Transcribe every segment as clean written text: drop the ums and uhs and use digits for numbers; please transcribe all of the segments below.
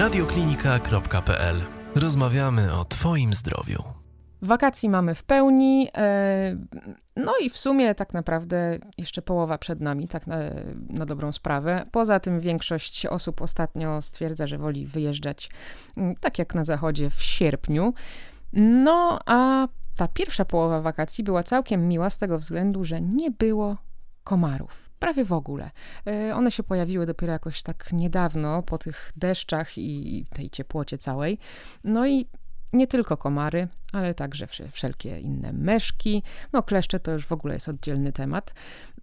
Radioklinika.pl. Rozmawiamy o Twoim zdrowiu. Wakacji mamy w pełni, no i w sumie tak naprawdę jeszcze połowa przed nami, tak na dobrą sprawę. Poza tym większość osób ostatnio stwierdza, że woli wyjeżdżać, tak jak na zachodzie, w sierpniu. No a ta pierwsza połowa wakacji była całkiem miła z tego względu, że nie było komarów. Prawie w ogóle. One się pojawiły dopiero jakoś tak niedawno, po tych deszczach i tej ciepłocie całej. No i nie tylko komary, ale także wszelkie inne myszki. No kleszcze to już w ogóle jest oddzielny temat.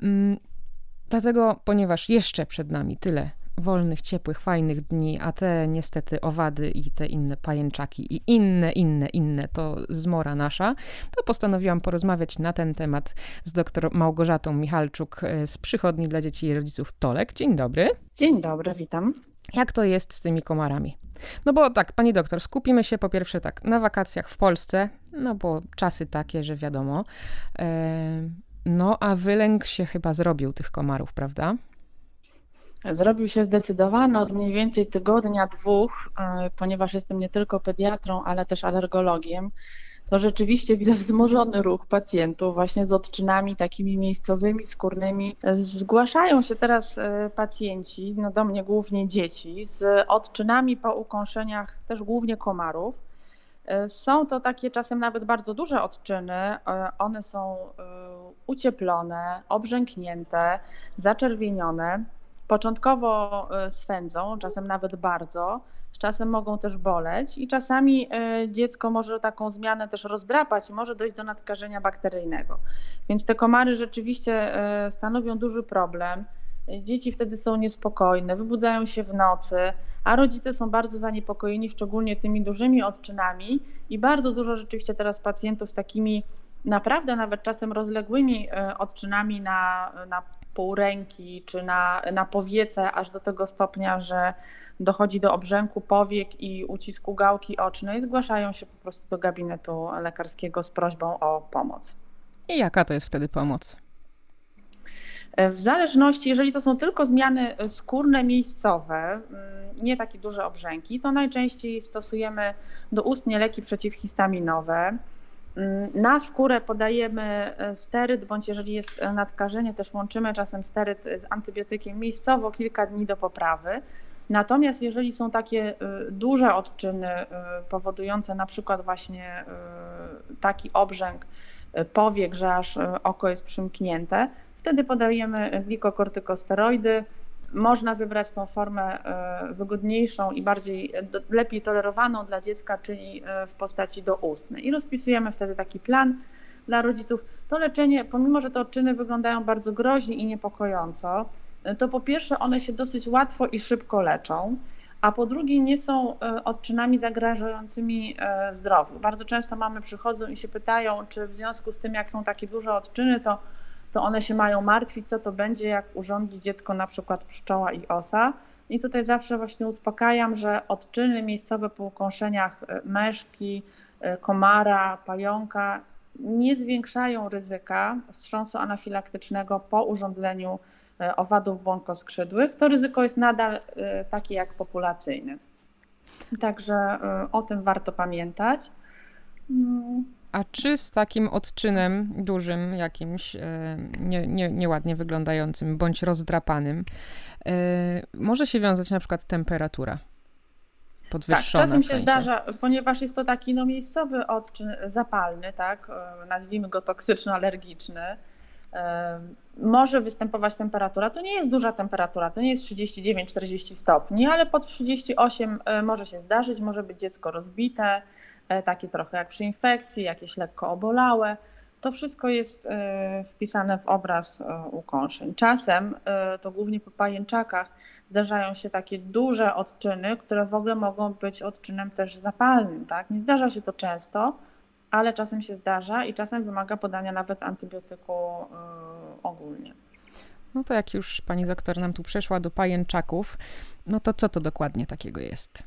Dlatego, ponieważ jeszcze przed nami tyle wolnych, ciepłych, fajnych dni, a te niestety owady i te inne pajęczaki i inne, to zmora nasza, to postanowiłam porozmawiać na ten temat z dr Małgorzatą Michalczuk z Przychodni dla Dzieci i Rodziców Tolek. Dzień dobry. Dzień dobry, witam. Jak to jest z tymi komarami? No bo tak, pani doktor, skupimy się po pierwsze tak na wakacjach w Polsce, no bo czasy takie, że wiadomo. No a wylęk się chyba zrobił tych komarów, prawda? Zrobił się zdecydowany od mniej więcej tygodnia, dwóch, ponieważ jestem nie tylko pediatrą, ale też alergologiem. To rzeczywiście widzę wzmożony ruch pacjentów właśnie z odczynami takimi miejscowymi, skórnymi. Zgłaszają się teraz pacjenci, no do mnie głównie dzieci, z odczynami po ukąszeniach też głównie komarów. Są to takie czasem nawet bardzo duże odczyny, one są ucieplone, obrzęknięte, zaczerwienione. Początkowo swędzą, czasem nawet bardzo, z czasem mogą też boleć i czasami dziecko może taką zmianę też rozdrapać i może dojść do nadkażenia bakteryjnego. Więc te komary rzeczywiście stanowią duży problem. Dzieci wtedy są niespokojne, wybudzają się w nocy, a rodzice są bardzo zaniepokojeni, szczególnie tymi dużymi odczynami i bardzo dużo rzeczywiście teraz pacjentów z takimi naprawdę nawet czasem rozległymi odczynami na pół ręki czy na powiece, aż do tego stopnia, że dochodzi do obrzęku powiek i ucisku gałki ocznej, zgłaszają się po prostu do gabinetu lekarskiego z prośbą o pomoc. I jaka to jest wtedy pomoc? W zależności, jeżeli to są tylko zmiany skórne miejscowe, nie takie duże obrzęki, to najczęściej stosujemy doustnie leki przeciwhistaminowe. Na skórę podajemy steryd, bądź jeżeli jest nadkażenie, też łączymy czasem steryd z antybiotykiem miejscowo kilka dni do poprawy. Natomiast jeżeli są takie duże odczyny powodujące na przykład właśnie taki obrzęk powiek, że aż oko jest przymknięte, wtedy podajemy glikokortykosteroidy. Można wybrać tą formę wygodniejszą i lepiej tolerowaną dla dziecka, czyli w postaci doustnej. I rozpisujemy wtedy taki plan dla rodziców. To leczenie, pomimo że te odczyny wyglądają bardzo groźnie i niepokojąco, to po pierwsze one się dosyć łatwo i szybko leczą, a po drugie nie są odczynami zagrażającymi zdrowiu. Bardzo często mamy przychodzą i się pytają, czy w związku z tym, jak są takie duże odczyny, to one się mają martwić, co to będzie, jak urządzi dziecko na przykład pszczoła i osa. I tutaj zawsze właśnie uspokajam, że odczyny miejscowe po ukąszeniach myszki, komara, pająka nie zwiększają ryzyka wstrząsu anafilaktycznego po urządzeniu owadów błonkoskrzydłych. To ryzyko jest nadal takie jak populacyjne. Także o tym warto pamiętać. A czy z takim odczynem dużym, jakimś nieładnie wyglądającym bądź rozdrapanym, może się wiązać na przykład temperatura podwyższona? Tak, czasem w sensie się zdarza, ponieważ jest to taki miejscowy odczyn zapalny, tak, nazwijmy go toksyczno-alergiczny. Może występować temperatura, to nie jest duża temperatura, to nie jest 39-40 stopni, ale pod 38 może się zdarzyć, może być dziecko rozbite, takie trochę jak przy infekcji, jakieś lekko obolałe. To wszystko jest wpisane w obraz ukąszeń. Czasem, to głównie po pajęczakach, zdarzają się takie duże odczyny, które w ogóle mogą być odczynem też zapalnym. Tak? Nie zdarza się to często, ale czasem się zdarza i czasem wymaga podania nawet antybiotyku ogólnie. No to jak już pani doktor nam tu przeszła do pajęczaków, no to co to dokładnie takiego jest?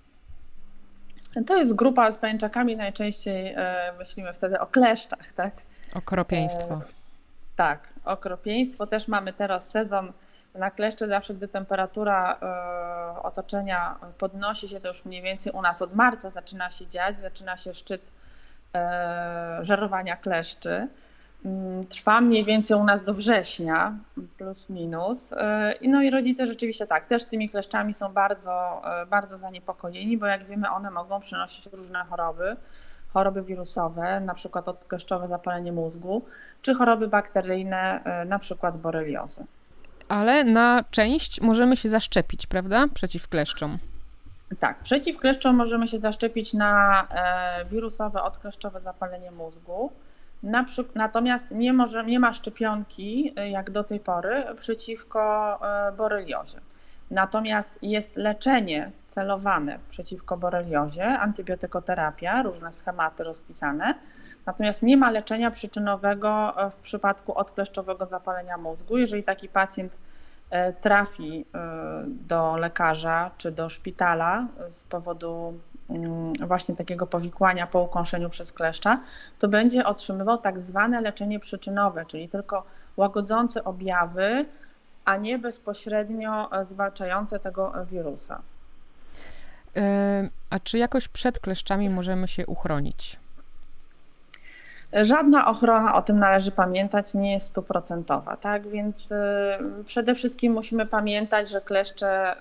To jest grupa z pajęczakami, najczęściej myślimy wtedy o kleszczach, tak? Okropieństwo. Tak, okropieństwo. Też mamy teraz sezon Na kleszcze zawsze, gdy temperatura otoczenia podnosi się, to już mniej więcej u nas od marca zaczyna się dziać, zaczyna się szczyt żerowania kleszczy. Trwa mniej więcej u nas do września, plus minus. No i rodzice rzeczywiście tak, też tymi kleszczami są bardzo, bardzo zaniepokojeni, bo jak wiemy, one mogą przynosić różne choroby wirusowe, na przykład odkleszczowe zapalenie mózgu, czy choroby bakteryjne, na przykład boreliozę. Ale na część możemy się zaszczepić, prawda? Przeciw kleszczom. Tak, przeciw kleszczom możemy się zaszczepić na wirusowe odkleszczowe zapalenie mózgu. Natomiast nie ma szczepionki, jak do tej pory, przeciwko boreliozie. Natomiast jest leczenie celowane przeciwko boreliozie, antybiotykoterapia, różne schematy rozpisane. Natomiast nie ma leczenia przyczynowego w przypadku odkleszczowego zapalenia mózgu. Jeżeli taki pacjent trafi do lekarza czy do szpitala z powodu właśnie takiego powikłania po ukąszeniu przez kleszcza, to będzie otrzymywał tak zwane leczenie przyczynowe, czyli tylko łagodzące objawy, a nie bezpośrednio zwalczające tego wirusa. A czy jakoś przed kleszczami możemy się uchronić? Żadna ochrona, o tym należy pamiętać, nie jest 100%, tak? Więc przede wszystkim musimy pamiętać, że kleszcze,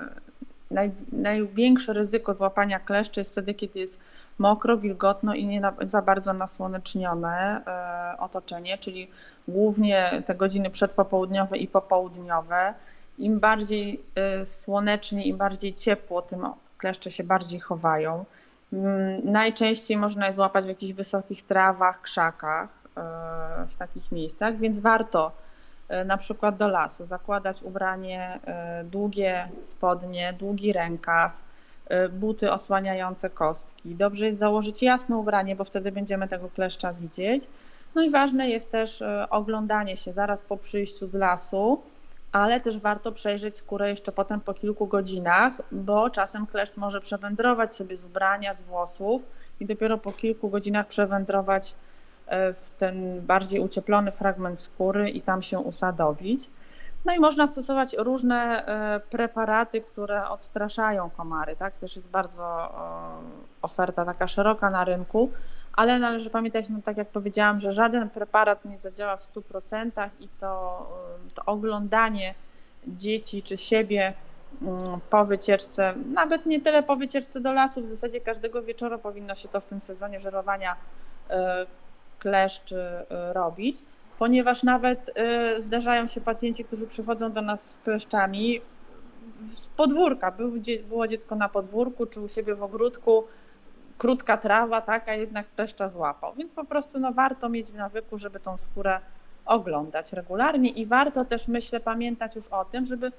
największe ryzyko złapania kleszczy jest wtedy, kiedy jest mokro, wilgotno i nie za bardzo nasłonecznione otoczenie, czyli głównie te godziny przedpopołudniowe i popołudniowe. Im bardziej słonecznie, im bardziej ciepło, tym kleszcze się bardziej chowają. Najczęściej można je złapać w jakichś wysokich trawach, krzakach, w takich miejscach, więc warto na przykład do lasu zakładać ubranie, długie spodnie, długi rękaw, buty osłaniające kostki. Dobrze jest założyć jasne ubranie, bo wtedy będziemy tego kleszcza widzieć. No i ważne jest też oglądanie się zaraz po przyjściu z lasu, ale też warto przejrzeć skórę jeszcze potem po kilku godzinach, bo czasem kleszcz może przewędrować sobie z ubrania, z włosów i dopiero po kilku godzinach przewędrować w ten bardziej ucieplony fragment skóry i tam się usadowić. No i można stosować różne preparaty, które odstraszają komary, tak? Też jest bardzo oferta taka szeroka na rynku, ale należy pamiętać, no tak jak powiedziałam, że żaden preparat nie zadziała w 100% i to oglądanie dzieci czy siebie po wycieczce, nawet nie tyle po wycieczce do lasu, w zasadzie każdego wieczoru powinno się to w tym sezonie żerowania kleszczy robić, ponieważ nawet zdarzają się pacjenci, którzy przychodzą do nas z kleszczami z podwórka. Było dziecko na podwórku czy u siebie w ogródku, krótka trawa, tak, a jednak kleszcza złapał. Więc po prostu warto mieć w nawyku, żeby tą skórę oglądać regularnie i warto też, myślę, pamiętać już o tym, żeby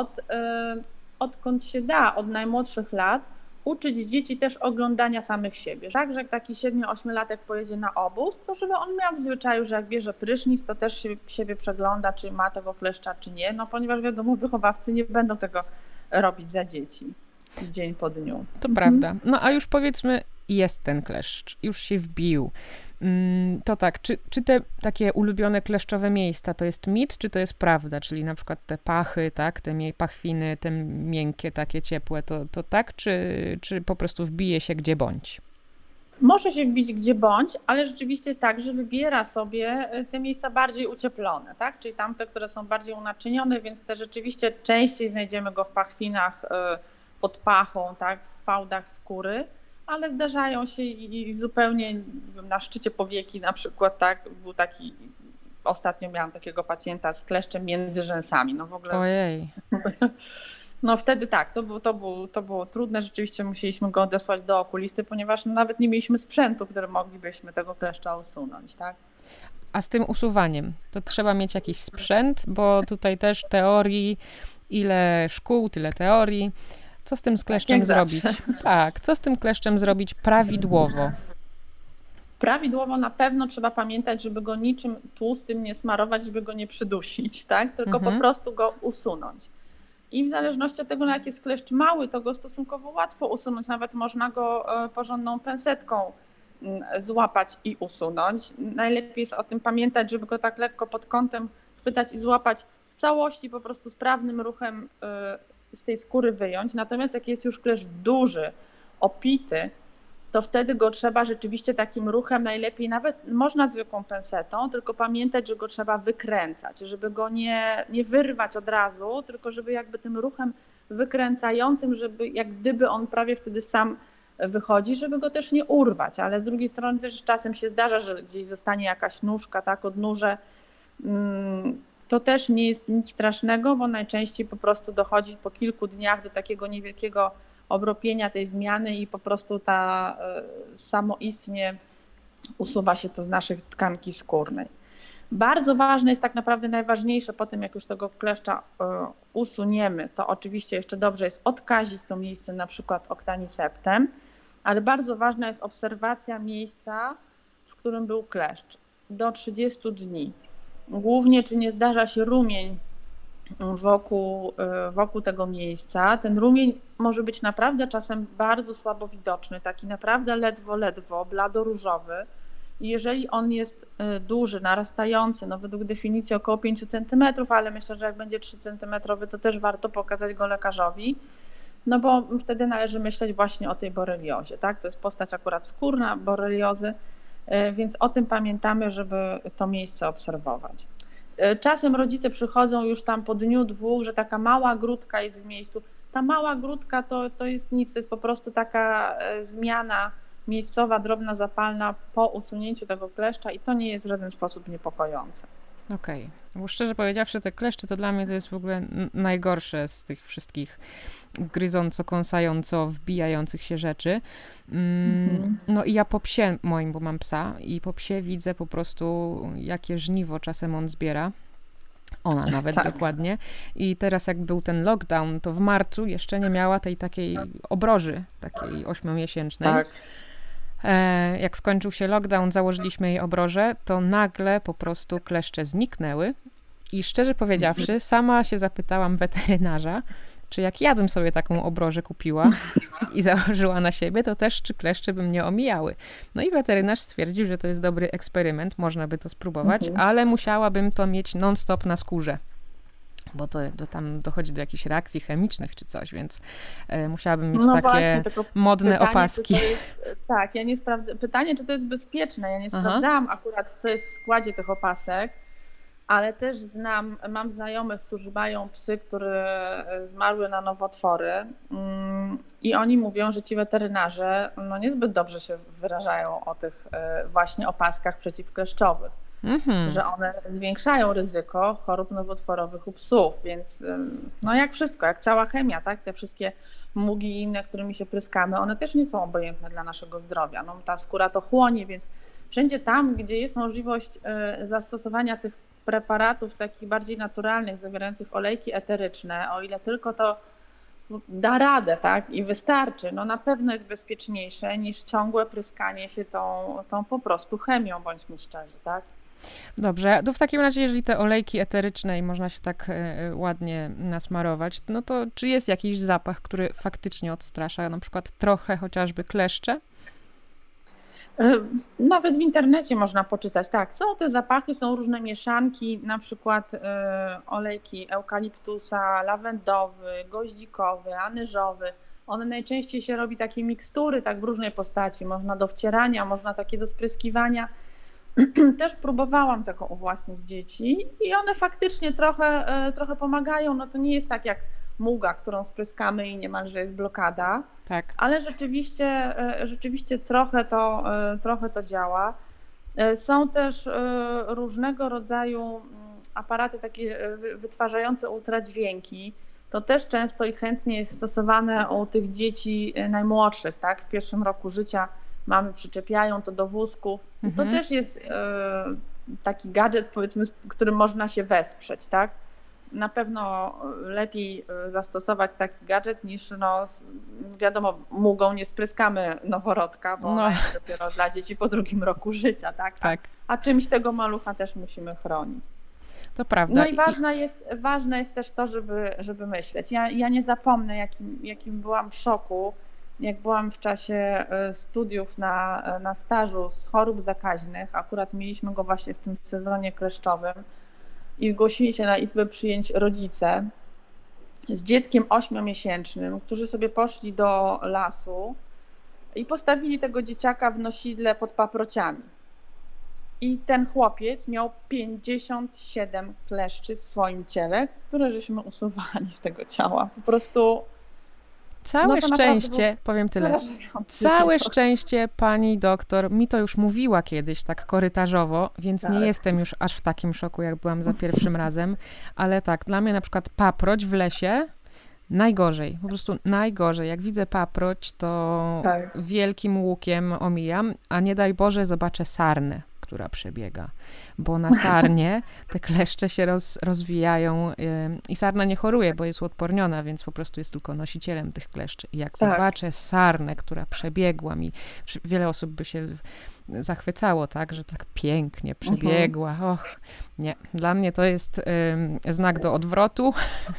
odkąd się da, od najmłodszych lat, uczyć dzieci też oglądania samych siebie. Tak, że jak taki 7-8-latek pojedzie na obóz, to żeby on miał w zwyczaju, że jak bierze prysznic, to też siebie przegląda, czy ma tego kleszcza, czy nie, ponieważ wiadomo, wychowawcy nie będą tego robić za dzieci dzień po dniu. To prawda. No a już powiedzmy, jest ten kleszcz, już się wbił. To tak, czy te takie ulubione kleszczowe miejsca to jest mit, czy to jest prawda? Czyli na przykład te pachy, tak, te pachwiny, te miękkie, takie ciepłe, to tak, czy po prostu wbije się gdzie bądź? Może się wbić gdzie bądź, ale rzeczywiście jest tak, że wybiera sobie te miejsca bardziej ucieplone, tak? Czyli tamte, które są bardziej unaczynione, więc te rzeczywiście częściej znajdziemy go w pachwinach, pod pachą, tak, w fałdach skóry, ale zdarzają się i zupełnie na szczycie powieki na przykład, tak, był taki, ostatnio miałam takiego pacjenta z kleszczem między rzęsami, w ogóle. Ojej. No wtedy tak, to było trudne, rzeczywiście musieliśmy go odesłać do okulisty, ponieważ nawet nie mieliśmy sprzętu, który moglibyśmy tego kleszcza usunąć, tak. A z tym usuwaniem, to trzeba mieć jakiś sprzęt, bo tutaj też teorii, ile szkół, tyle teorii. Co z tym kleszczem zrobić? Tak, co z tym kleszczem zrobić prawidłowo? Prawidłowo na pewno trzeba pamiętać, żeby go niczym tłustym nie smarować, żeby go nie przydusić, tak? Tylko po prostu go usunąć. I w zależności od tego, na jaki jest kleszcz mały, to go stosunkowo łatwo usunąć. Nawet można go porządną pensetką złapać i usunąć. Najlepiej jest o tym pamiętać, żeby go tak lekko pod kątem chwytać i złapać w całości po prostu sprawnym ruchem z tej skóry wyjąć. Natomiast jak jest już kleszcz duży, opity, to wtedy go trzeba rzeczywiście takim ruchem, najlepiej nawet można zwykłą pensetą, tylko pamiętać, że go trzeba wykręcać, żeby go nie wyrwać od razu, tylko żeby jakby tym ruchem wykręcającym, żeby jak gdyby on prawie wtedy sam wychodzi, żeby go też nie urwać, ale z drugiej strony też czasem się zdarza, że gdzieś zostanie jakaś nóżka, tak, odnóże. To też nie jest nic strasznego, bo najczęściej po prostu dochodzi po kilku dniach do takiego niewielkiego obropienia tej zmiany i po prostu ta samoistnie usuwa się to z naszej tkanki skórnej. Bardzo ważne jest tak naprawdę najważniejsze po tym, jak już tego kleszcza usuniemy, to oczywiście jeszcze dobrze jest odkazić to miejsce na przykład oktaniseptem, ale bardzo ważna jest obserwacja miejsca, w którym był kleszcz do 30 dni. Głównie czy nie zdarza się rumień wokół tego miejsca. Ten rumień może być naprawdę czasem bardzo słabo widoczny, taki naprawdę ledwo, bladoróżowy. I jeżeli on jest duży, narastający, no według definicji około 5 cm, ale myślę, że jak będzie 3 cm, to też warto pokazać go lekarzowi, no bo wtedy należy myśleć właśnie o tej boreliozie, tak? To jest postać akurat skórna boreliozy, więc o tym pamiętamy, żeby to miejsce obserwować. Czasem rodzice przychodzą już tam po dniu, dwóch, że taka mała grudka jest w miejscu. Ta mała grudka to jest nic, to jest po prostu taka zmiana miejscowa, drobna, zapalna po usunięciu tego kleszcza i to nie jest w żaden sposób niepokojące. Okej. Bo szczerze powiedziawszy, te kleszcze to dla mnie to jest w ogóle najgorsze z tych wszystkich gryząco, kąsająco, wbijających się rzeczy. No i ja po psie moim, bo mam psa i po psie widzę po prostu, jakie żniwo czasem on zbiera. Ona nawet Tak. dokładnie. I teraz jak był ten lockdown, to w marcu jeszcze nie miała tej takiej obroży, takiej 8-miesięcznej. Tak. Jak skończył się lockdown, założyliśmy jej obrożę, to nagle po prostu kleszcze zniknęły i szczerze powiedziawszy, sama się zapytałam weterynarza, czy jak ja bym sobie taką obrożę kupiła i założyła na siebie, to też czy kleszcze by mnie omijały. No i weterynarz stwierdził, że to jest dobry eksperyment, można by to spróbować, ale musiałabym to mieć non-stop na skórze. Bo to tam dochodzi do jakichś reakcji chemicznych czy coś, więc musiałabym mieć takie właśnie, modne pytanie, opaski. Tak, ja nie sprawdzę. Pytanie, czy to jest bezpieczne. Ja nie sprawdzałam akurat, co jest w składzie tych opasek, ale też mam znajomych, którzy mają psy, które zmarły na nowotwory i oni mówią, że ci weterynarze no niezbyt dobrze się wyrażają o tych właśnie opaskach przeciwkleszczowych. Że one zwiększają ryzyko chorób nowotworowych u psów, więc no jak wszystko, jak cała chemia, tak, te wszystkie mugi i inne, którymi się pryskamy, one też nie są obojętne dla naszego zdrowia. No, ta skóra to chłonie, więc wszędzie tam, gdzie jest możliwość zastosowania tych preparatów takich bardziej naturalnych, zawierających olejki eteryczne, o ile tylko to da radę, tak, i wystarczy, no na pewno jest bezpieczniejsze niż ciągłe pryskanie się tą po prostu chemią, bądźmy szczerzy, tak. Dobrze, to w takim razie, jeżeli te olejki eteryczne i można się tak ładnie nasmarować, no to czy jest jakiś zapach, który faktycznie odstrasza, na przykład trochę chociażby kleszcze? Nawet w internecie można poczytać, tak, są te zapachy, są różne mieszanki, na przykład olejki eukaliptusa, lawendowy, goździkowy, anyżowy. One najczęściej się robi takie mikstury, tak w różnej postaci, można do wcierania, można takie do spryskiwania. Też próbowałam tego u własnych dzieci i one faktycznie trochę pomagają, no to nie jest tak jak muga, którą spryskamy i niemalże jest blokada, Tak. ale rzeczywiście trochę to działa. Są też różnego rodzaju aparaty takie wytwarzające ultradźwięki. To też często i chętnie jest stosowane u tych dzieci najmłodszych, tak? W pierwszym roku życia mamy przyczepiają to do wózków. To też jest taki gadżet, powiedzmy, którym można się wesprzeć, tak? Na pewno lepiej zastosować taki gadżet niż, no wiadomo, mugą nie spryskamy noworodka, bo ona jest dopiero dla dzieci po 2. roku życia, tak? Tak. A czymś tego malucha też musimy chronić. To prawda. No i ważne jest też to, żeby myśleć. Ja nie zapomnę, jakim byłam w szoku, jak byłam w czasie studiów na stażu z chorób zakaźnych. Akurat mieliśmy go właśnie w tym sezonie kleszczowym. i zgłosili się na izbę przyjęć rodzice z dzieckiem 8-miesięcznym, którzy sobie poszli do lasu i postawili tego dzieciaka w nosidle pod paprociami. I ten chłopiec miał 57 kleszczy w swoim ciele, które żeśmy usuwali z tego ciała. Po prostu Całe szczęście, powiem tyle, całe szczęście pani doktor mi to już mówiła kiedyś tak korytarzowo, więc nie jestem już aż w takim szoku, jak byłam za pierwszym razem, ale tak, dla mnie na przykład paproć w lesie najgorzej, po prostu najgorzej. Jak widzę paproć, to wielkim łukiem omijam, a nie daj Boże zobaczę sarnę, która przebiega, bo na sarnie te kleszcze się rozwijają i sarna nie choruje, bo jest uodporniona, więc po prostu jest tylko nosicielem tych kleszczy. I jak zobaczę sarnę, która przebiegła mi, wiele osób by się zachwycało, tak, że tak pięknie przebiegła. Och, nie. Dla mnie to jest znak do odwrotu,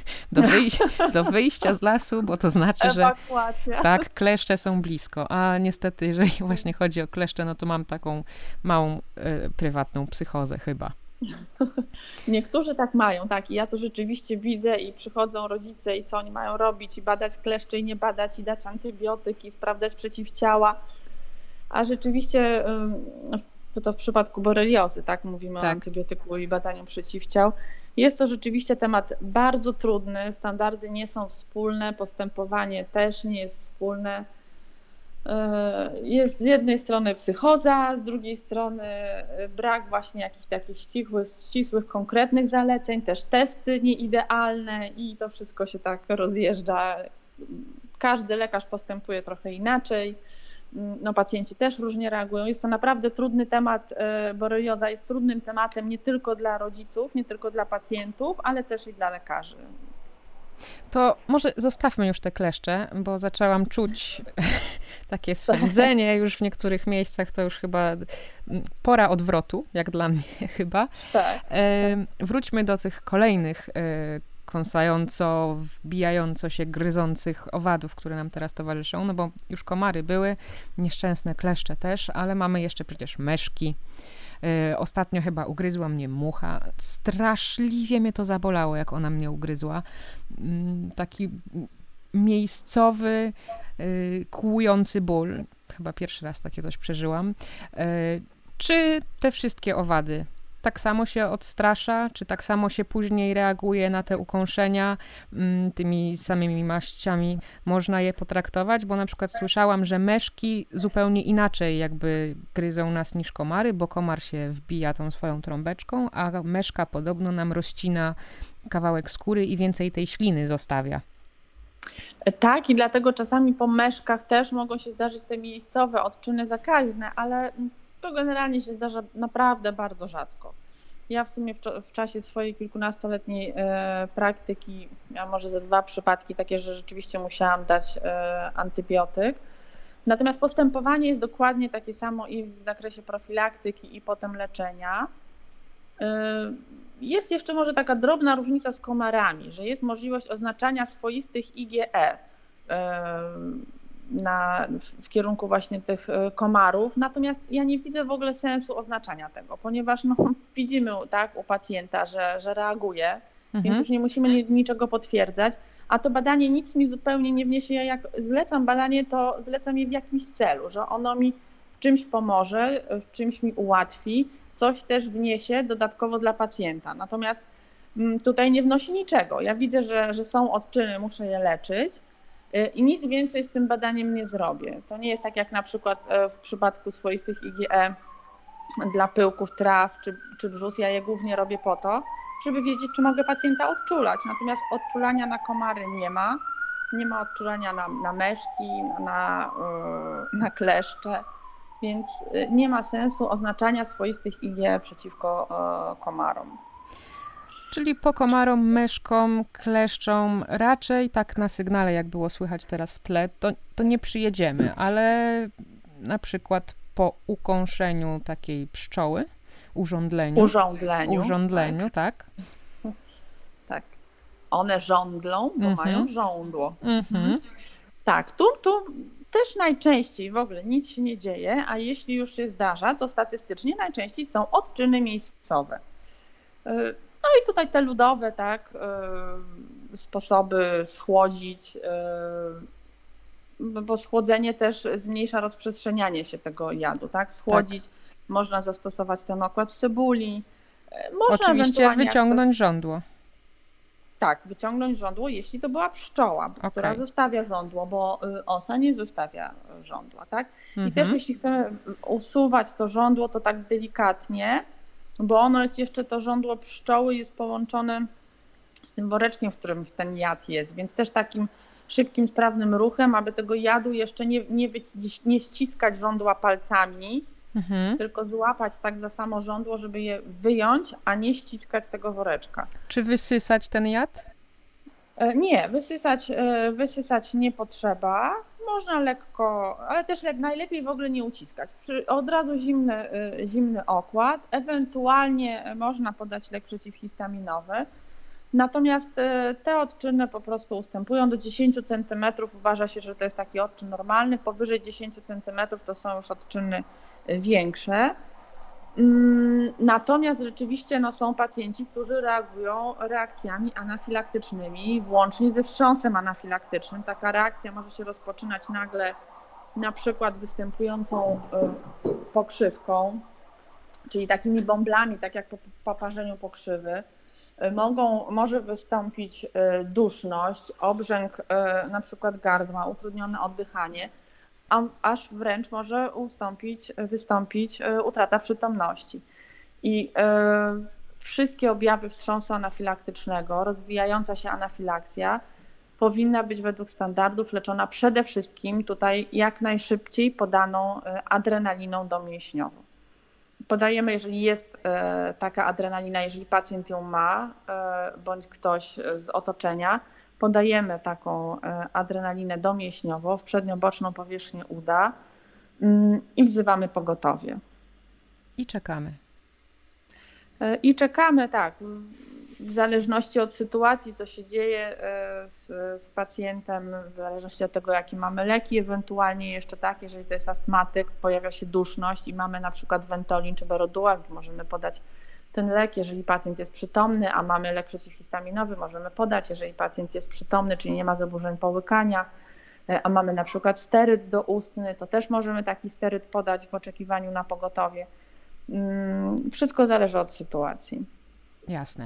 do wyjścia z lasu, bo to znaczy, że tak, kleszcze są blisko. A niestety, jeżeli właśnie chodzi o kleszcze, no to mam taką małą prywatną psychozę chyba. Niektórzy tak mają, tak. I ja to rzeczywiście widzę i przychodzą rodzice i co oni mają robić i badać kleszcze i nie badać i dać antybiotyki, sprawdzać przeciwciała. A rzeczywiście to w przypadku boreliozy, tak, mówimy o antybiotyku i badaniu przeciwciał. Jest to rzeczywiście temat bardzo trudny, standardy nie są wspólne, postępowanie też nie jest wspólne. Jest z jednej strony psychoza, z drugiej strony brak właśnie jakichś takich ścisłych, konkretnych zaleceń, też testy nieidealne i to wszystko się tak rozjeżdża. Każdy lekarz postępuje trochę inaczej. No, pacjenci też różnie reagują. Jest to naprawdę trudny temat. Borelioza jest trudnym tematem nie tylko dla rodziców, nie tylko dla pacjentów, ale też i dla lekarzy. To może zostawmy już te kleszcze, bo zaczęłam czuć takie swędzenie już w niektórych miejscach. To już chyba pora odwrotu, jak dla mnie chyba. Tak. Wróćmy do tych kolejnych kąsająco, wbijająco się, gryzących owadów, które nam teraz towarzyszą, no bo już komary były, nieszczęsne kleszcze też, ale mamy jeszcze przecież myszki. Ostatnio chyba ugryzła mnie mucha. Straszliwie mnie to zabolało, jak ona mnie ugryzła. Taki miejscowy, kłujący ból. Chyba pierwszy raz takie coś przeżyłam. Czy te wszystkie owady tak samo się odstrasza, czy tak samo się później reaguje na te ukąszenia tymi samymi maściami? Można je potraktować, bo na przykład słyszałam, że myszki zupełnie inaczej jakby gryzą nas niż komary, bo komar się wbija tą swoją trąbeczką, a myszka podobno nam rozcina kawałek skóry i więcej tej śliny zostawia. Tak, i dlatego czasami po myszkach też mogą się zdarzyć te miejscowe odczyny zakaźne, ale to generalnie się zdarza naprawdę bardzo rzadko. Ja w sumie w czasie swojej kilkunastoletniej praktyki miałam może ze 2 przypadki takie, że rzeczywiście musiałam dać antybiotyk. Natomiast postępowanie jest dokładnie takie samo i w zakresie profilaktyki i potem leczenia. Jest jeszcze może taka drobna różnica z komarami, że jest możliwość oznaczania swoistych IgE w kierunku właśnie tych komarów, natomiast ja nie widzę w ogóle sensu oznaczania tego, ponieważ widzimy tak u pacjenta, że reaguje, więc już nie musimy niczego potwierdzać, a to badanie nic mi zupełnie nie wniesie. Ja jak zlecam badanie, to zlecam je w jakimś celu, że ono mi w czymś pomoże, w czymś mi ułatwi, coś też wniesie dodatkowo dla pacjenta. Natomiast tutaj nie wnosi niczego. Ja widzę, że są odczyny, muszę je leczyć i nic więcej z tym badaniem nie zrobię. To nie jest tak jak na przykład w przypadku swoistych IgE dla pyłków, traw czy brzus. Ja je głównie robię po to, żeby wiedzieć, czy mogę pacjenta odczulać. Natomiast odczulania na komary nie ma. Nie ma odczulania na myszki, na kleszcze, więc nie ma sensu oznaczania swoistych IgE przeciwko komarom. Czyli po komarom, myszkom, kleszczom raczej tak na sygnale, jak było słychać teraz w tle, to nie przyjedziemy, ale na przykład po ukąszeniu takiej pszczoły, urządleniu, tak? Tak. One żądlą, bo mają żądło. Tak, tu też najczęściej w ogóle nic się nie dzieje, a jeśli już się zdarza, to statystycznie najczęściej są odczyny miejscowe. No i tutaj te ludowe, tak, sposoby schłodzić, bo schłodzenie też zmniejsza rozprzestrzenianie się tego jadu, tak? Schłodzić, można zastosować ten okład z cebuli. Można oczywiście wyciągnąć żądło. Tak, wyciągnąć żądło, jeśli to była pszczoła, która zostawia żądło, bo osa nie zostawia żądła, tak? I też jeśli chcemy usuwać to żądło, to tak delikatnie, bo ono jest jeszcze, to żądło pszczoły jest połączone z tym woreczkiem, w którym ten jad jest, więc też takim szybkim, sprawnym ruchem, aby tego jadu jeszcze nie ściskać żądła palcami, tylko złapać tak za samo żądło, żeby je wyjąć, a nie ściskać tego woreczka. Czy wysysać ten jad? Nie, wysysać nie potrzeba. Można lekko, ale też najlepiej w ogóle nie uciskać. Od razu zimny okład, ewentualnie można podać lek przeciwhistaminowy. Natomiast te odczyny po prostu ustępują do 10 cm. Uważa się, że to jest taki odczyn normalny. Powyżej 10 cm to są już odczyny większe. Natomiast rzeczywiście są pacjenci, którzy reagują reakcjami anafilaktycznymi, włącznie ze wstrząsem anafilaktycznym. Taka reakcja może się rozpoczynać nagle, na przykład występującą pokrzywką, czyli takimi bąblami, tak jak po poparzeniu pokrzywy. Może wystąpić duszność, obrzęk na przykład gardła, utrudnione oddychanie, aż wręcz może wystąpić utrata przytomności. I wszystkie objawy wstrząsu anafilaktycznego, rozwijająca się anafilakcja powinna być według standardów leczona przede wszystkim tutaj jak najszybciej podaną adrenaliną domięśniową. Podajemy, jeżeli jest taka adrenalina, jeżeli pacjent ją ma, bądź ktoś z otoczenia, podajemy taką adrenalinę domięśniową w przednioboczną powierzchnię uda i wzywamy pogotowie. I czekamy. I czekamy, tak, w zależności od sytuacji, co się dzieje z pacjentem, w zależności od tego, jakie mamy leki, ewentualnie jeszcze tak, jeżeli to jest astmatyk, pojawia się duszność i mamy na przykład Ventolin czy Berodual, możemy podać ten lek. Jeżeli pacjent jest przytomny, a mamy lek przeciwhistaminowy, możemy podać. Jeżeli pacjent jest przytomny, czyli nie ma zaburzeń połykania, a mamy na przykład steryd doustny, to też możemy taki steryd podać w oczekiwaniu na pogotowie. Wszystko zależy od sytuacji. Jasne.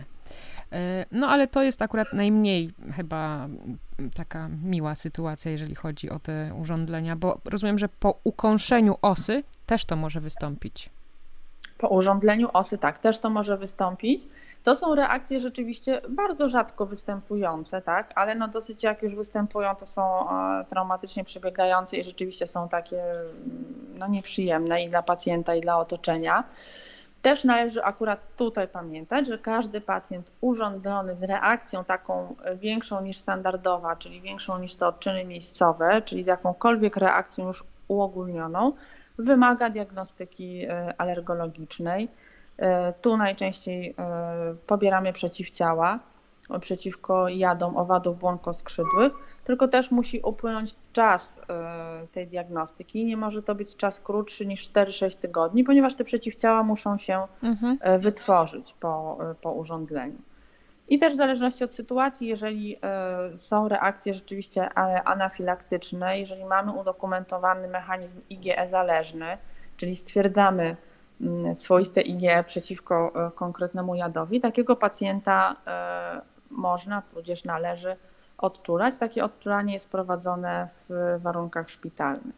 No ale to jest akurat najmniej chyba taka miła sytuacja, jeżeli chodzi o te urządlenia, bo rozumiem, że po ukąszeniu osy też to może wystąpić. Po urządleniu osy, tak, też to może wystąpić. To są reakcje rzeczywiście bardzo rzadko występujące, tak, ale dosyć jak już występują, to są traumatycznie przebiegające i rzeczywiście są takie nieprzyjemne i dla pacjenta, i dla otoczenia. Też należy akurat tutaj pamiętać, że każdy pacjent urządlony z reakcją taką większą niż standardowa, czyli większą niż te odczyny miejscowe, czyli z jakąkolwiek reakcją już uogólnioną, wymaga diagnostyki alergologicznej. Tu najczęściej pobieramy przeciwciała przeciwko jadom owadów błonkoskrzydłych, tylko też musi upłynąć czas tej diagnostyki. Nie może to być czas krótszy niż 4-6 tygodni, ponieważ te przeciwciała muszą się wytworzyć po urządleniu. I też w zależności od sytuacji, jeżeli są reakcje rzeczywiście anafilaktyczne, jeżeli mamy udokumentowany mechanizm IgE zależny, czyli stwierdzamy swoiste IgE przeciwko konkretnemu jadowi, takiego pacjenta można, tudzież należy odczulać. Takie odczulanie jest prowadzone w warunkach szpitalnych,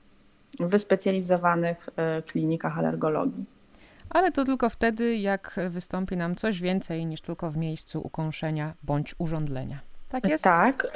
w wyspecjalizowanych klinikach alergologii. Ale to tylko wtedy, jak wystąpi nam coś więcej niż tylko w miejscu ukąszenia bądź urządlenia. Tak jest?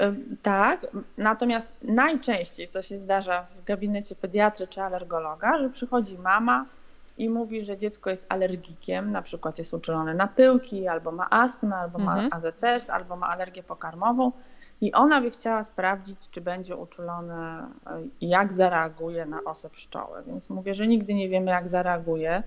Tak. Natomiast najczęściej, co się zdarza w gabinecie pediatry czy alergologa, że przychodzi mama i mówi, że dziecko jest alergikiem, na przykład jest uczulone na pyłki, albo ma astmę, albo ma AZS, albo ma alergię pokarmową i ona by chciała sprawdzić, czy będzie uczulone i jak zareaguje na osę pszczoły. Więc mówię, że nigdy nie wiemy, jak zareaguje,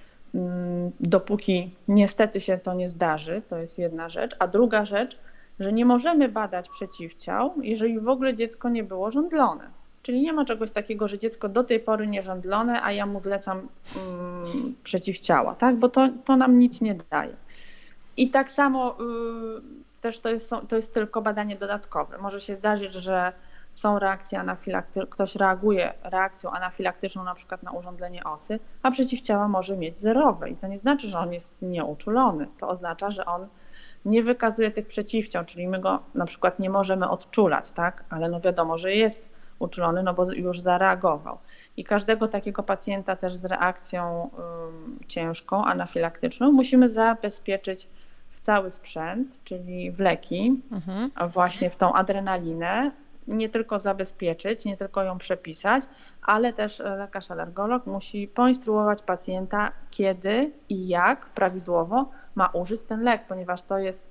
dopóki niestety się to nie zdarzy, to jest jedna rzecz, a druga rzecz, że nie możemy badać przeciwciał, jeżeli w ogóle dziecko nie było żądlone. Czyli nie ma czegoś takiego, że dziecko do tej pory nie żądlone, a ja mu zlecam przeciwciała, tak? Bo to nam nic nie daje. I tak samo też to jest tylko badanie dodatkowe. Może się zdarzyć, że są reakcje ktoś reaguje reakcją anafilaktyczną na przykład na urządzenie osy, a przeciwciała może mieć zerowe. I to nie znaczy, że on jest nieuczulony. To oznacza, że on nie wykazuje tych przeciwciał, czyli my go na przykład nie możemy odczulać, tak? Ale no wiadomo, że jest uczulony, no bo już zareagował. I każdego takiego pacjenta też z reakcją ciężką, anafilaktyczną musimy zabezpieczyć w cały sprzęt, czyli w leki, właśnie w tą adrenalinę, nie tylko zabezpieczyć, nie tylko ją przepisać, ale też lekarz alergolog musi poinstruować pacjenta, kiedy i jak prawidłowo ma użyć ten lek, ponieważ to jest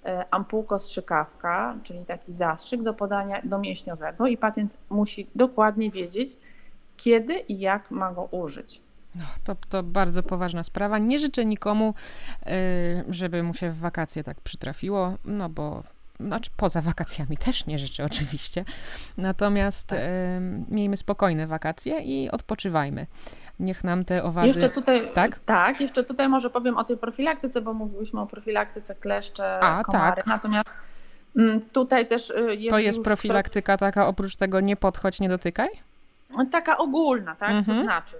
ampułko-strzykawka, czyli taki zastrzyk do podania domięśniowego i pacjent musi dokładnie wiedzieć, kiedy i jak ma go użyć. No, to bardzo poważna sprawa. Nie życzę nikomu, żeby mu się w wakacje tak przytrafiło, no bo znaczy poza wakacjami też nie życzę oczywiście. Natomiast miejmy spokojne wakacje i odpoczywajmy. Niech nam te owady... Jeszcze tutaj może powiem o tej profilaktyce, bo mówiliśmy o profilaktyce kleszcze, komary. Tak. Natomiast tutaj też... To jest profilaktyka taka, oprócz tego nie podchodź, nie dotykaj? Taka ogólna, tak? To znaczy,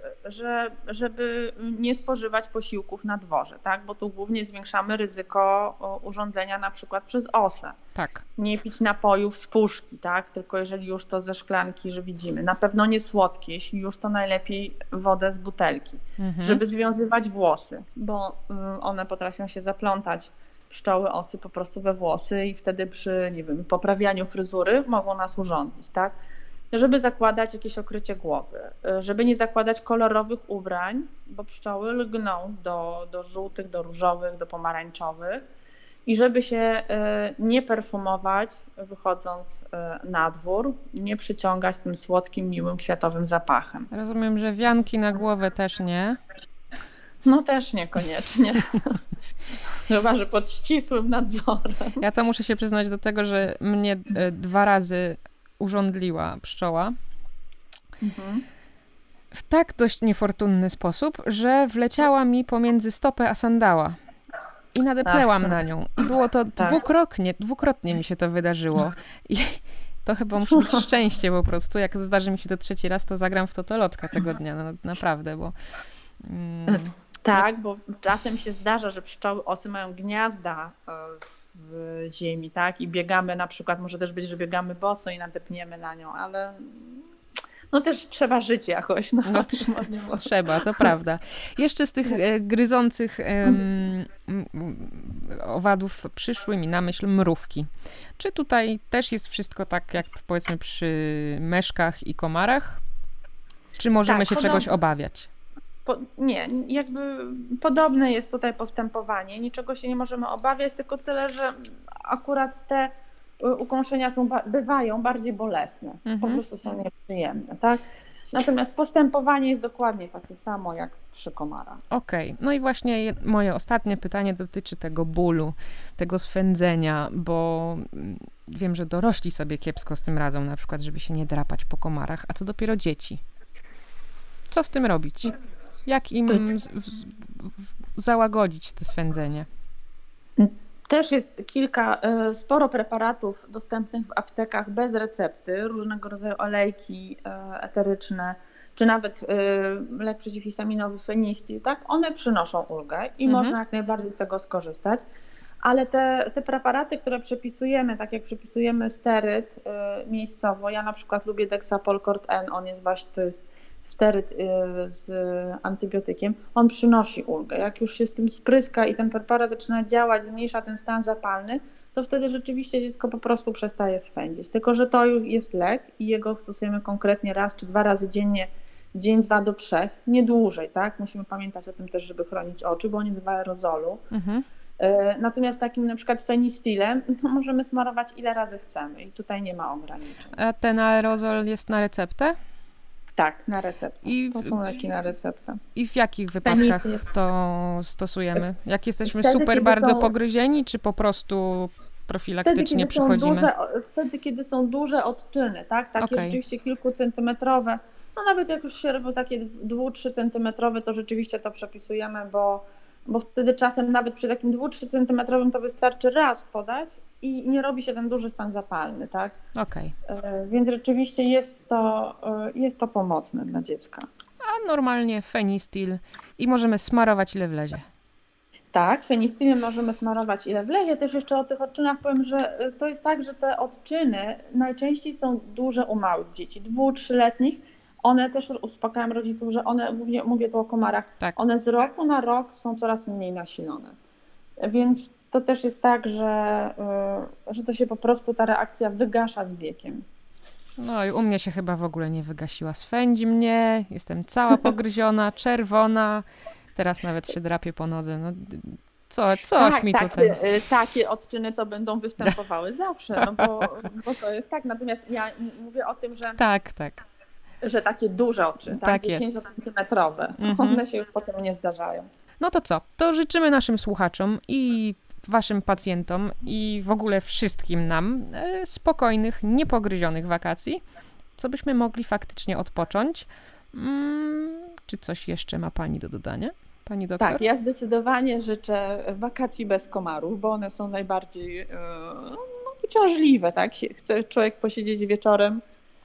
żeby nie spożywać posiłków na dworze, tak? Bo tu głównie zwiększamy ryzyko urządzenia na przykład przez osę. Tak. Nie pić napojów z puszki, tak? Tylko jeżeli już to ze szklanki, że widzimy. Na pewno nie słodkie, jeśli już to najlepiej wodę z butelki. Żeby związywać włosy, bo one potrafią się zaplątać, pszczoły, osy po prostu we włosy i wtedy przy, nie wiem, poprawianiu fryzury mogą nas urządzić, tak? Żeby zakładać jakieś okrycie głowy, żeby nie zakładać kolorowych ubrań, bo pszczoły lgną do żółtych, do różowych, do pomarańczowych i żeby się nie perfumować wychodząc na dwór, nie przyciągać tym słodkim, miłym, kwiatowym zapachem. Rozumiem, że wianki na głowę też nie? No też niekoniecznie. Chyba, że pod ścisłym nadzorem. Ja to muszę się przyznać do tego, że mnie 2 razy urządliła pszczoła w tak dość niefortunny sposób, że wleciała mi pomiędzy stopę a sandała i nadepnęłam na nią. I było to dwukrotnie mi się to wydarzyło. I to chyba musi być szczęście po prostu. Jak zdarzy mi się to 3. raz, to zagram w totolotka tego dnia. No, naprawdę, bo... Tak, bo czasem się zdarza, że pszczoły, osy mają gniazda w ziemi, tak? I biegamy na przykład, może też być, że biegamy boso i nadepniemy na nią, ale no też trzeba żyć jakoś. Trzeba, to prawda. Jeszcze z tych gryzących owadów przyszły mi na myśl mrówki. Czy tutaj też jest wszystko tak, jak powiedzmy przy meszkach i komarach? Czy możemy się czegoś obawiać? Nie, jakby podobne jest tutaj postępowanie. Niczego się nie możemy obawiać, tylko tyle, że akurat te ukąszenia bywają bardziej bolesne. Po prostu są nieprzyjemne, tak? Natomiast postępowanie jest dokładnie takie samo jak przy komarach. Okej. No i właśnie moje ostatnie pytanie dotyczy tego bólu, tego swędzenia, bo wiem, że dorośli sobie kiepsko z tym radzą, na przykład, żeby się nie drapać po komarach, a co dopiero dzieci? Co z tym robić? Jak im załagodzić to swędzenie? Też jest sporo preparatów dostępnych w aptekach bez recepty, różnego rodzaju olejki eteryczne, czy nawet lek przeciwhistaminowy Fenistil, tak? One przynoszą ulgę i można jak najbardziej z tego skorzystać, ale te preparaty, które przepisujemy, tak jak przepisujemy steryt miejscowo, ja na przykład lubię Dexapol-Cort N, on jest właśnie, to jest steryt z antybiotykiem, on przynosi ulgę. Jak już się z tym spryska i ten preparat zaczyna działać, zmniejsza ten stan zapalny, to wtedy rzeczywiście dziecko po prostu przestaje swędzić. Tylko że to już jest lek i jego stosujemy konkretnie raz czy 2 razy dziennie, dzień 2 do 3, nie dłużej, tak? Musimy pamiętać o tym też, żeby chronić oczy, bo on jest w aerozolu. Natomiast takim na przykład fenistilem możemy smarować ile razy chcemy i tutaj nie ma ograniczeń. A ten aerozol jest na receptę? Tak, na receptę. To są leki na receptę. I w jakich wypadkach to stosujemy? Jak jesteśmy bardzo pogryzieni, czy po prostu profilaktycznie przychodzimy? Wtedy, kiedy są duże odczyny, tak? Takie rzeczywiście kilkucentymetrowe. No nawet jak już się robią takie 2-3 centymetrowe, to rzeczywiście to przepisujemy, bo bo wtedy czasem nawet przy takim 2-3 cm to wystarczy raz podać i nie robi się ten duży stan zapalny, tak? Okej. Więc rzeczywiście jest to pomocne dla dziecka. A normalnie Fenistil i możemy smarować ile wlezie. Tak, fenistilem możemy smarować ile wlezie. Też jeszcze o tych odczynach powiem, że to jest tak, że te odczyny najczęściej są duże u małych dzieci, 2-3-letnich. One też uspokajam rodziców, że one, mówię tu o komarach, Tak. one z roku na rok są coraz mniej nasilone. Więc to też jest tak, że to się po prostu ta reakcja wygasza z wiekiem. No i u mnie się chyba w ogóle nie wygasiła. Swędzi mnie, jestem cała pogryziona, czerwona. Teraz nawet się drapię po nodze. No, coś mi tutaj... Takie odczyny to będą występowały zawsze, no bo to jest tak. Natomiast ja mówię o tym, że, Tak. że takie duże odczyny, tak, 10-centymetrowe, one się już potem nie zdarzają. No to co? To życzymy naszym słuchaczom i waszym pacjentom i w ogóle wszystkim nam spokojnych, niepogryzionych wakacji, co byśmy mogli faktycznie odpocząć. Czy coś jeszcze ma pani do dodania? Pani doktor? Tak, ja zdecydowanie życzę wakacji bez komarów, bo one są najbardziej uciążliwe, tak? Chce człowiek posiedzieć wieczorem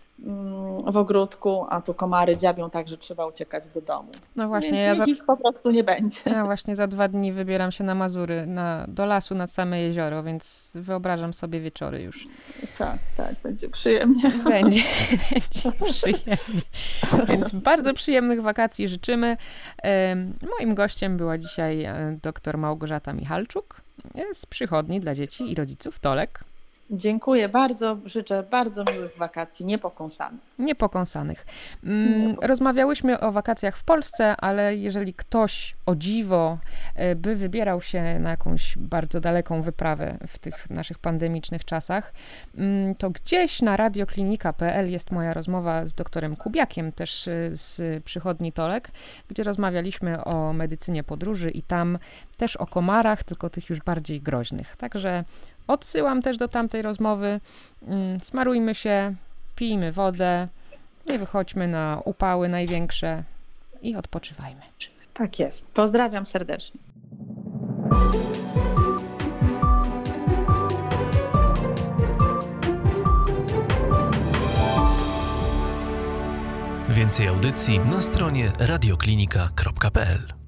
w ogródku, a tu komary dziabią tak, że trzeba uciekać do domu. No właśnie, więc ich po prostu nie będzie. Ja właśnie za 2 dni wybieram się na Mazury, do lasu nad same jezioro, więc wyobrażam sobie wieczory już. Tak, będzie przyjemnie. Będzie przyjemnie. Więc bardzo przyjemnych wakacji życzymy. Moim gościem była dzisiaj dr Małgorzata Michalczuk z przychodni dla dzieci i rodziców Tolek. Dziękuję bardzo, życzę bardzo miłych wakacji, Niepokąsanych. Rozmawiałyśmy o wakacjach w Polsce, ale jeżeli ktoś o dziwo by wybierał się na jakąś bardzo daleką wyprawę w tych naszych pandemicznych czasach, to gdzieś na radioklinika.pl jest moja rozmowa z doktorem Kubiakiem, też z przychodni Tolek, gdzie rozmawialiśmy o medycynie podróży i tam też o komarach, tylko tych już bardziej groźnych. Także odsyłam też do tamtej rozmowy. Smarujmy się, pijmy wodę, nie wychodźmy na upały największe i odpoczywajmy. Tak jest. Pozdrawiam serdecznie. Więcej audycji na stronie radioklinika.pl